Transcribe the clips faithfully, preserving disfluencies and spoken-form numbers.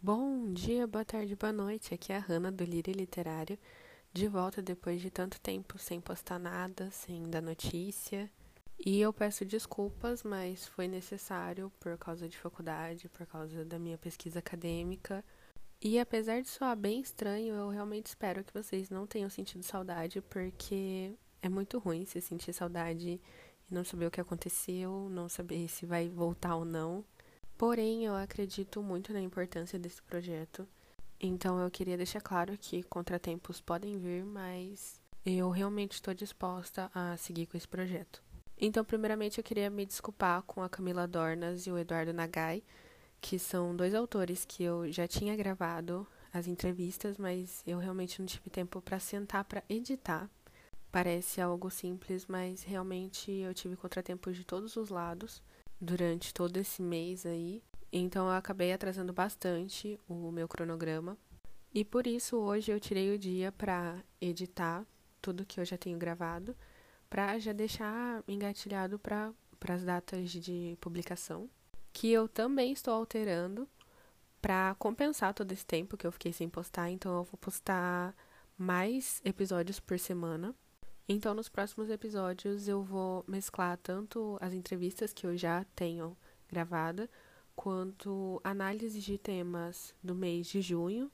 Bom dia, boa tarde, boa noite. Aqui é a Hanna do Lírio Literário, de volta depois de tanto tempo sem postar nada, sem dar notícia. E eu peço desculpas, mas foi necessário por causa de faculdade, por causa da minha pesquisa acadêmica. E apesar de soar bem estranho, eu realmente espero que vocês não tenham sentido saudade, porque é muito ruim se sentir saudade e não saber o que aconteceu, não saber se vai voltar ou não. Porém, eu acredito muito na importância desse projeto. Então, eu queria deixar claro que contratempos podem vir, mas eu realmente estou disposta a seguir com esse projeto. Então, primeiramente, eu queria me desculpar com a Camila Dornas e o Eduardo Nagai, que são dois autores que eu já tinha gravado as entrevistas, mas eu realmente não tive tempo para sentar para editar. Parece algo simples, mas realmente eu tive contratempos de todos os lados durante todo esse mês aí. Então eu acabei atrasando bastante o meu cronograma. E por isso hoje eu tirei o dia para editar tudo que eu já tenho gravado, para já deixar engatilhado para as datas de publicação, que eu também estou alterando para compensar todo esse tempo que eu fiquei sem postar. Então eu vou postar mais episódios por semana. Então, nos próximos episódios, eu vou mesclar tanto as entrevistas que eu já tenho gravada, quanto análises de temas do mês de junho,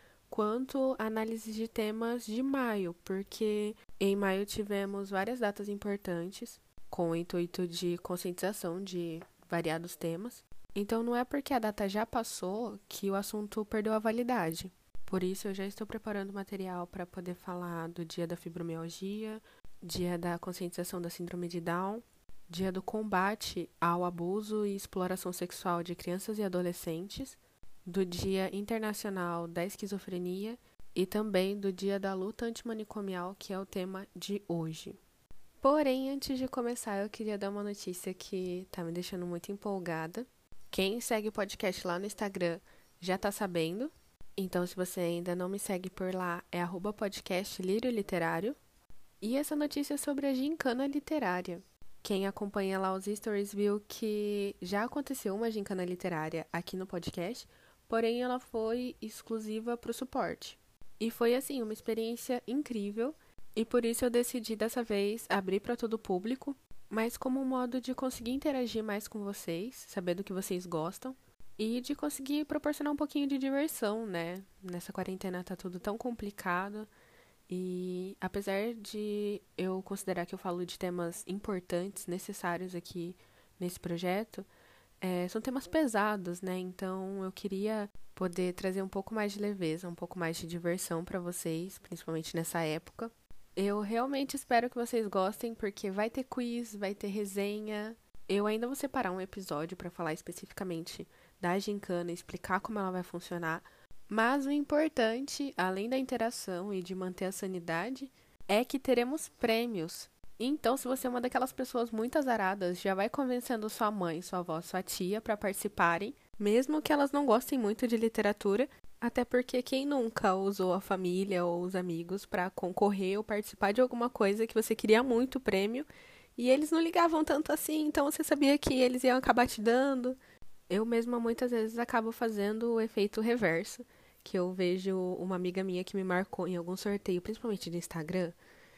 quanto análises de temas de maio, porque em maio tivemos várias datas importantes, com o intuito de conscientização de variados temas. Então, não é porque a data já passou que o assunto perdeu a validade. Por isso, eu já estou preparando material para poder falar do dia da fibromialgia, dia da conscientização da síndrome de Down, dia do combate ao abuso e exploração sexual de crianças e adolescentes, do dia internacional da esquizofrenia e também do dia da luta antimanicomial, que é o tema de hoje. Porém, antes de começar, eu queria dar uma notícia que está me deixando muito empolgada. Quem segue o podcast lá no Instagram já está sabendo. Então, se você ainda não me segue por lá, é arroba podcast Lírio Literário. E essa notícia é sobre a gincana literária. Quem acompanha lá os stories viu que já aconteceu uma gincana literária aqui no podcast, porém ela foi exclusiva para o suporte. E foi, assim, uma experiência incrível, e por isso eu decidi dessa vez abrir para todo o público, mas como um modo de conseguir interagir mais com vocês, saber do que vocês gostam, e de conseguir proporcionar um pouquinho de diversão, né? Nessa quarentena tá tudo tão complicado. E apesar de eu considerar que eu falo de temas importantes, necessários aqui nesse projeto, é, são temas pesados, né? Então eu queria poder trazer um pouco mais de leveza, um pouco mais de diversão para vocês, principalmente nessa época. Eu realmente espero que vocês gostem, porque vai ter quiz, vai ter resenha. Eu ainda vou separar um episódio para falar especificamente da gincana, explicar como ela vai funcionar. Mas o importante, além da interação e de manter a sanidade, é que teremos prêmios. Então, se você é uma daquelas pessoas muito azaradas, já vai convencendo sua mãe, sua avó, sua tia para participarem, mesmo que elas não gostem muito de literatura, até porque quem nunca usou a família ou os amigos para concorrer ou participar de alguma coisa que você queria muito prêmio e eles não ligavam tanto assim, então você sabia que eles iam acabar te dando. Eu mesma muitas vezes acabo fazendo o efeito reverso, que eu vejo uma amiga minha que me marcou em algum sorteio, principalmente de Instagram,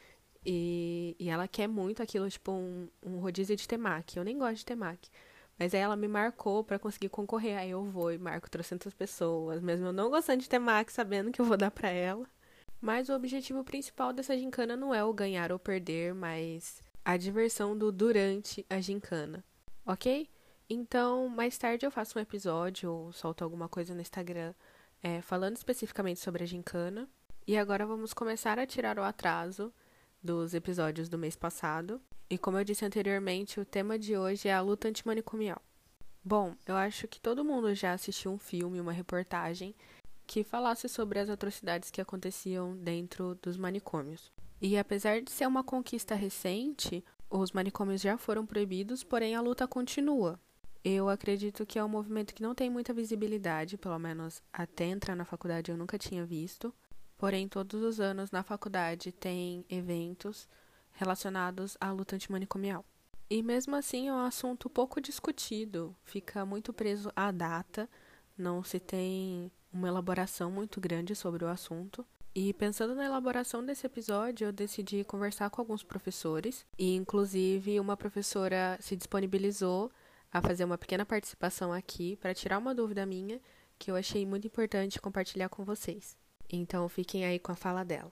e, e ela quer muito aquilo, tipo um, um rodízio de temaki. Eu nem gosto de temaki, mas aí ela me marcou pra conseguir concorrer, aí eu vou e marco trocentas pessoas, mesmo eu não gostando de temaki, sabendo que eu vou dar pra ela. Mas o objetivo principal dessa gincana não é o ganhar ou perder, mas a diversão do durante a gincana, ok? Então, mais tarde eu faço um episódio ou solto alguma coisa no Instagram é, falando especificamente sobre a gincana. E agora vamos começar a tirar o atraso dos episódios do mês passado. E como eu disse anteriormente, o tema de hoje é a luta antimanicomial. Bom, eu acho que todo mundo já assistiu um filme, uma reportagem que falasse sobre as atrocidades que aconteciam dentro dos manicômios. E apesar de ser uma conquista recente, os manicômios já foram proibidos, porém a luta continua. Eu acredito que é um movimento que não tem muita visibilidade, pelo menos até entrar na faculdade eu nunca tinha visto. Porém, todos os anos na faculdade tem eventos relacionados à luta antimanicomial. E mesmo assim é um assunto pouco discutido, fica muito preso à data, não se tem uma elaboração muito grande sobre o assunto. E pensando na elaboração desse episódio, eu decidi conversar com alguns professores. E, inclusive, uma professora se disponibilizou a fazer uma pequena participação aqui para tirar uma dúvida minha que eu achei muito importante compartilhar com vocês. Então, fiquem aí com a fala dela.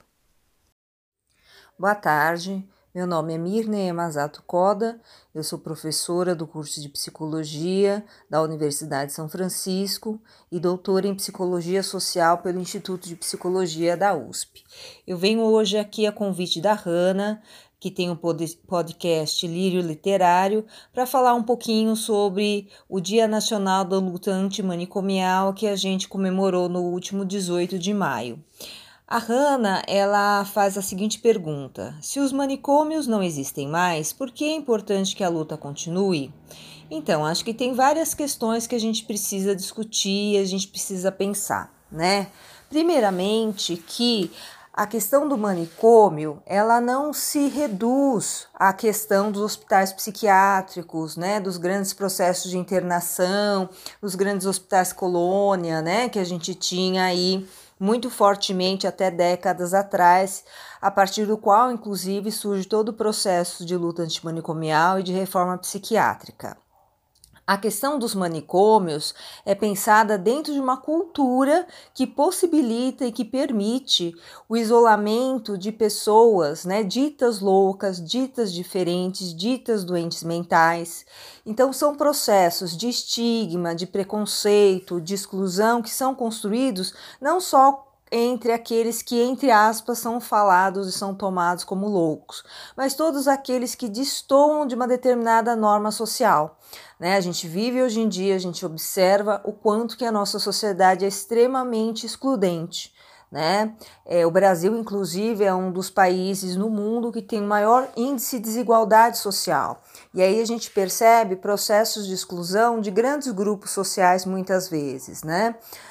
Boa tarde, meu nome é Mirne Yamazato Koda, eu sou professora do curso de Psicologia da Universidade de São Francisco e doutora em Psicologia Social pelo Instituto de Psicologia da U S P. Eu venho hoje aqui a convite da Hanna, que tem um podcast Lírio Literário, para falar um pouquinho sobre o Dia Nacional da Luta Antimanicomial que a gente comemorou no último dezoito de maio. A Hanna, ela faz a seguinte pergunta: se os manicômios não existem mais, por que é importante que a luta continue? Então, acho que tem várias questões que a gente precisa discutir e a gente precisa pensar, né? Primeiramente, que a questão do manicômio, ela não se reduz à questão dos hospitais psiquiátricos, né, dos grandes processos de internação, dos grandes hospitais colônia, né, que a gente tinha aí muito fortemente até décadas atrás, a partir do qual, inclusive, surge todo o processo de luta antimanicomial e de reforma psiquiátrica. A questão dos manicômios é pensada dentro de uma cultura que possibilita e que permite o isolamento de pessoas, né, ditas loucas, ditas diferentes, ditas doentes mentais. Então, são processos de estigma, de preconceito, de exclusão que são construídos não só entre aqueles que, entre aspas, são falados e são tomados como loucos, mas todos aqueles que destoam de uma determinada norma social. Né? A gente vive hoje em dia, a gente observa o quanto que a nossa sociedade é extremamente excludente. Né? É, o Brasil, inclusive, é um dos países no mundo que tem o maior índice de desigualdade social. E aí a gente percebe processos de exclusão de grandes grupos sociais muitas vezes, né?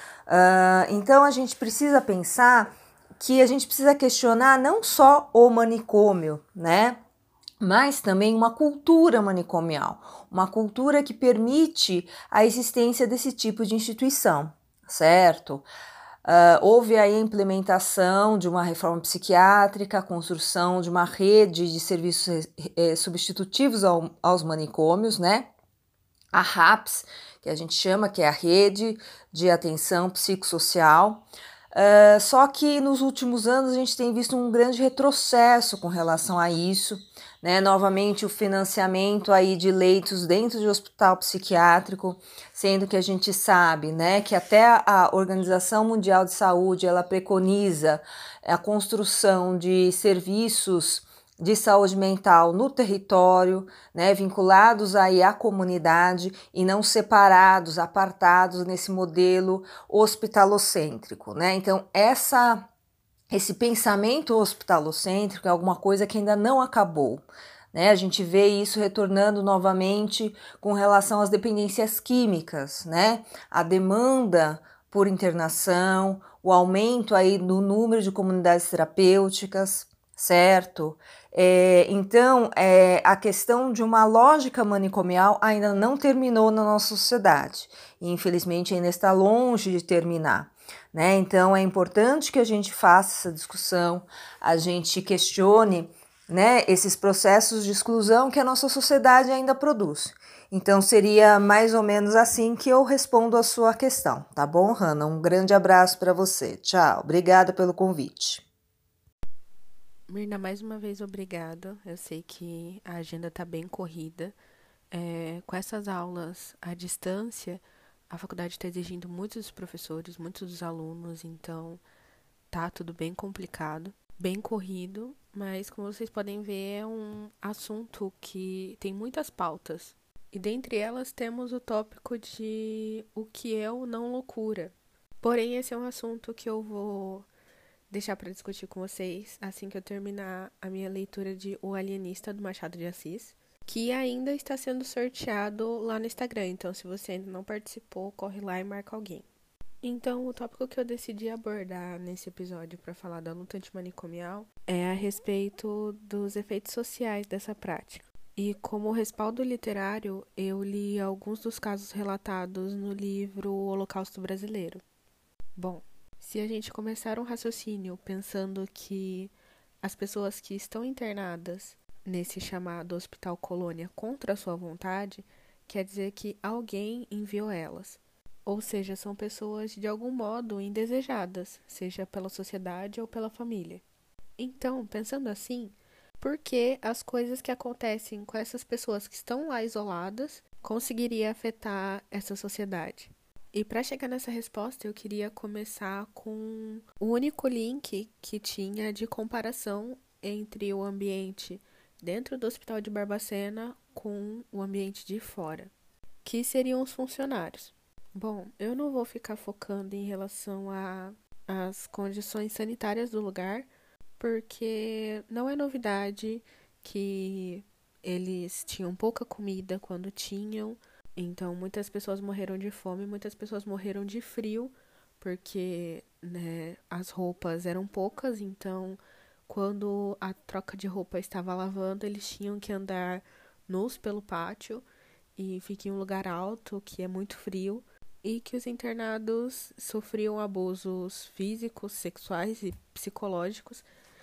Uh, então a gente precisa pensar que a gente precisa questionar não só o manicômio, né? Mas também uma cultura manicomial, uma cultura que permite a existência desse tipo de instituição, certo? Uh, houve aí a implementação de uma reforma psiquiátrica, a construção de uma rede de serviços eh, substitutivos ao, aos manicômios, né? A RAPS, que a gente chama, que é a Rede de Atenção Psicossocial. Uh, só que nos últimos anos a gente tem visto um grande retrocesso com relação a isso, né? Novamente o financiamento aí de leitos dentro de hospital psiquiátrico, sendo que a gente sabe, né, que até a Organização Mundial de Saúde ela preconiza a construção de serviços de saúde mental no território, né, vinculados aí à comunidade e não separados, apartados nesse modelo hospitalocêntrico, né? Então, essa, esse pensamento hospitalocêntrico é alguma coisa que ainda não acabou, né? A gente vê isso retornando novamente com relação às dependências químicas, né? A demanda por internação, o aumento aí do número de comunidades terapêuticas, certo? É, então, é, a questão de uma lógica manicomial ainda não terminou na nossa sociedade. E, infelizmente, ainda está longe de terminar. Né? Então, é importante que a gente faça essa discussão, a gente questione, né, esses processos de exclusão que a nossa sociedade ainda produz. Então, seria mais ou menos assim que eu respondo a sua questão. Tá bom, Hanna? Um grande abraço para você. Tchau. Obrigada pelo convite. Mirna, mais uma vez, obrigada. Eu sei que a agenda está bem corrida. É, com essas aulas à distância, a faculdade está exigindo muitos dos professores, muitos dos alunos, então tá tudo bem complicado, bem corrido, mas como vocês podem ver, é um assunto que tem muitas pautas. E dentre elas temos o tópico de o que é ou não loucura. Porém, esse é um assunto que eu vou deixar para discutir com vocês assim que eu terminar a minha leitura de O Alienista, do Machado de Assis, que ainda está sendo sorteado lá no Instagram. Então, se você ainda não participou, corre lá e marca alguém. Então, o tópico que eu decidi abordar nesse episódio para falar da luta antimanicomial é a respeito dos efeitos sociais dessa prática. E como respaldo literário, eu li alguns dos casos relatados no livro O Holocausto Brasileiro. Bom, se a gente começar um raciocínio pensando que as pessoas que estão internadas nesse chamado Hospital Colônia contra a sua vontade, quer dizer que alguém enviou elas. Ou seja, são pessoas de algum modo indesejadas, seja pela sociedade ou pela família. Então, pensando assim, por que as coisas que acontecem com essas pessoas que estão lá isoladas conseguiria afetar essa sociedade? E para chegar nessa resposta, eu queria começar com o único link que tinha de comparação entre o ambiente dentro do Hospital de Barbacena com o ambiente de fora, que seriam os funcionários. Bom, eu não vou ficar focando em relação às condições sanitárias do lugar, porque não é novidade que eles tinham pouca comida quando tinham, então muitas pessoas morreram de fome, muitas pessoas morreram de frio, porque né, as roupas eram poucas, então quando a troca de roupa estava lavando, eles tinham que andar nus pelo pátio e fica em um lugar alto, que é muito frio, e que os internados sofriam abusos físicos, sexuais e psicológicos,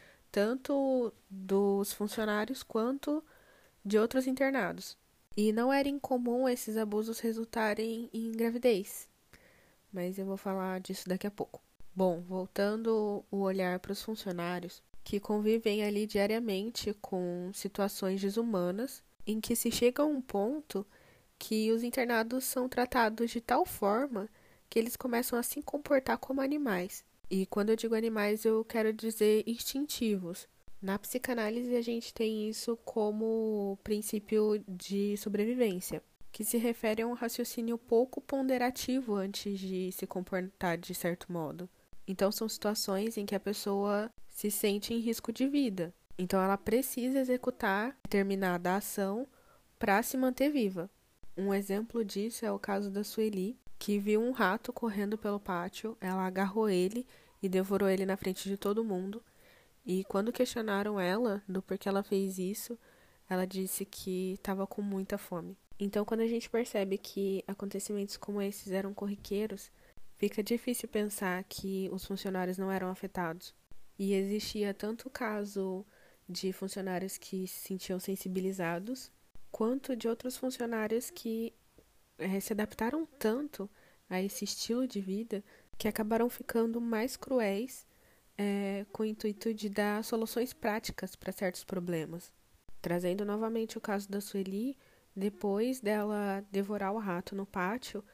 tanto dos funcionários quanto de outros internados. E não era incomum esses abusos resultarem em gravidez, mas eu vou falar disso daqui a pouco. Bom, voltando o olhar para os funcionários, que convivem ali diariamente com situações desumanas, em que se chega a um ponto que os internados são tratados de tal forma que eles começam a se comportar como animais. E quando eu digo animais, eu quero dizer instintivos. Na psicanálise, a gente tem isso como princípio de sobrevivência, que se refere a um raciocínio pouco ponderativo antes de se comportar de certo modo. Então, são situações em que a pessoa se sente em risco de vida. Então, ela precisa executar determinada ação para se manter viva. Um exemplo disso é o caso da Sueli, que viu um rato correndo pelo pátio, ela agarrou ele e devorou ele na frente de todo mundo. E quando questionaram ela do porquê ela fez isso, ela disse que estava com muita fome. Então, quando a gente percebe que acontecimentos como esses eram corriqueiros, fica difícil pensar que os funcionários não eram afetados. E existia tanto o caso de funcionários que se sentiam sensibilizados, quanto de outros funcionários que é, se adaptaram tanto a esse estilo de vida que acabaram ficando mais cruéis é, com o intuito de dar soluções práticas para certos problemas. Trazendo novamente o caso da Sueli, depois dela devorar o rato no pátio,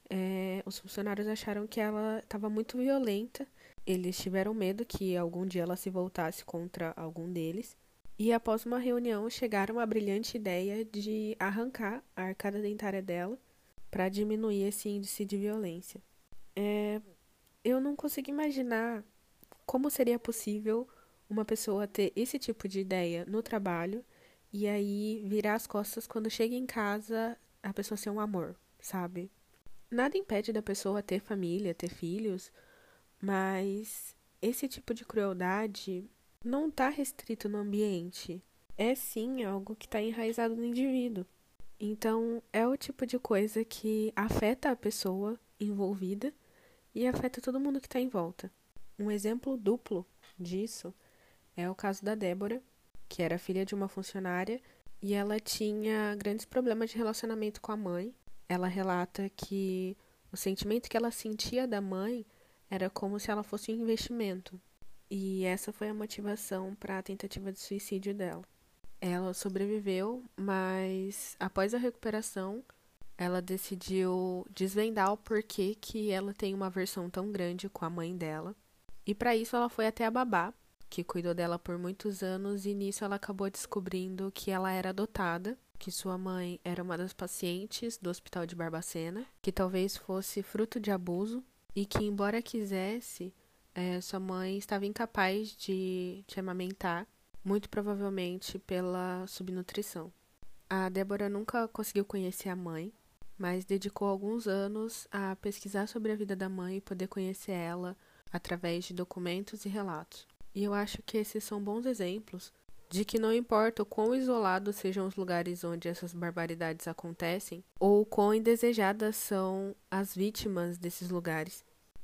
é, os funcionários acharam que ela estava muito violenta, eles tiveram medo que algum dia ela se voltasse contra algum deles. E após uma reunião, chegaram à brilhante ideia de arrancar a arcada dentária dela para diminuir esse índice de violência. É, eu não consigo imaginar como seria possível uma pessoa ter esse tipo de ideia no trabalho e aí virar as costas quando chega em casa a pessoa ser um amor, sabe? Nada impede da pessoa ter família, ter filhos, mas esse tipo de crueldade não está restrito no ambiente. É sim algo que está enraizado no indivíduo. Então, é o tipo de coisa que afeta a pessoa envolvida e afeta todo mundo que está em volta. Um exemplo duplo disso é o caso da Débora, que era filha de uma funcionária e ela tinha grandes problemas de relacionamento com a mãe. Ela relata que o sentimento que ela sentia da mãe era como se ela fosse um investimento. E essa foi a motivação para a tentativa de suicídio dela. Ela sobreviveu, mas após a recuperação, ela decidiu desvendar o porquê que ela tem uma aversão tão grande com a mãe dela. E para isso ela foi até a babá, que cuidou dela por muitos anos, e nisso ela acabou descobrindo que ela era adotada, que sua mãe era uma das pacientes do Hospital de Barbacena, que talvez fosse fruto de abuso, e que embora quisesse, É, sua mãe estava incapaz de, de amamentar, muito provavelmente pela subnutrição. A Débora nunca conseguiu conhecer a mãe, mas dedicou alguns anos a pesquisar sobre a vida da mãe e poder conhecer ela através de documentos e relatos. E eu acho que esses são bons exemplos de que não importa o quão isolados sejam os lugares onde essas barbaridades acontecem, ou quão indesejadas são as vítimas desses lugares.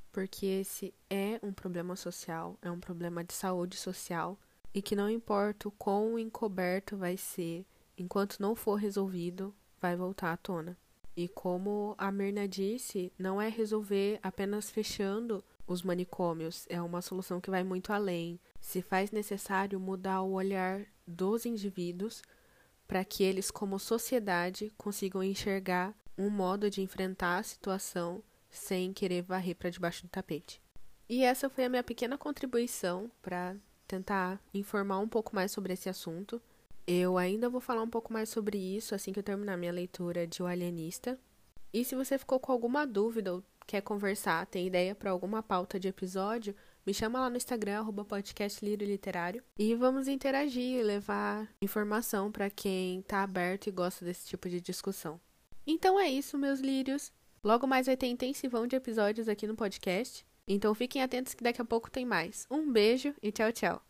porque esse é um problema social, é um problema de saúde social, e que não importa o quão encoberto vai ser, enquanto não for resolvido, vai voltar à tona. E como a Mirna disse, não é resolver apenas fechando os manicômios, é uma solução que vai muito além. Se faz necessário mudar o olhar dos indivíduos para que eles, como sociedade, consigam enxergar um modo de enfrentar a situação sem querer varrer para debaixo do tapete. E essa foi a minha pequena contribuição para tentar informar um pouco mais sobre esse assunto. Eu ainda vou falar um pouco mais sobre isso assim que eu terminar minha leitura de O Alienista. E se você ficou com alguma dúvida ou quer conversar, tem ideia para alguma pauta de episódio, me chama lá no Instagram, arroba podcast Lírio Literário. E vamos interagir e levar informação para quem tá aberto e gosta desse tipo de discussão. Então é isso, meus lírios. Logo mais vai ter intensivão de episódios aqui no podcast. Então fiquem atentos que daqui a pouco tem mais. Um beijo e tchau, tchau.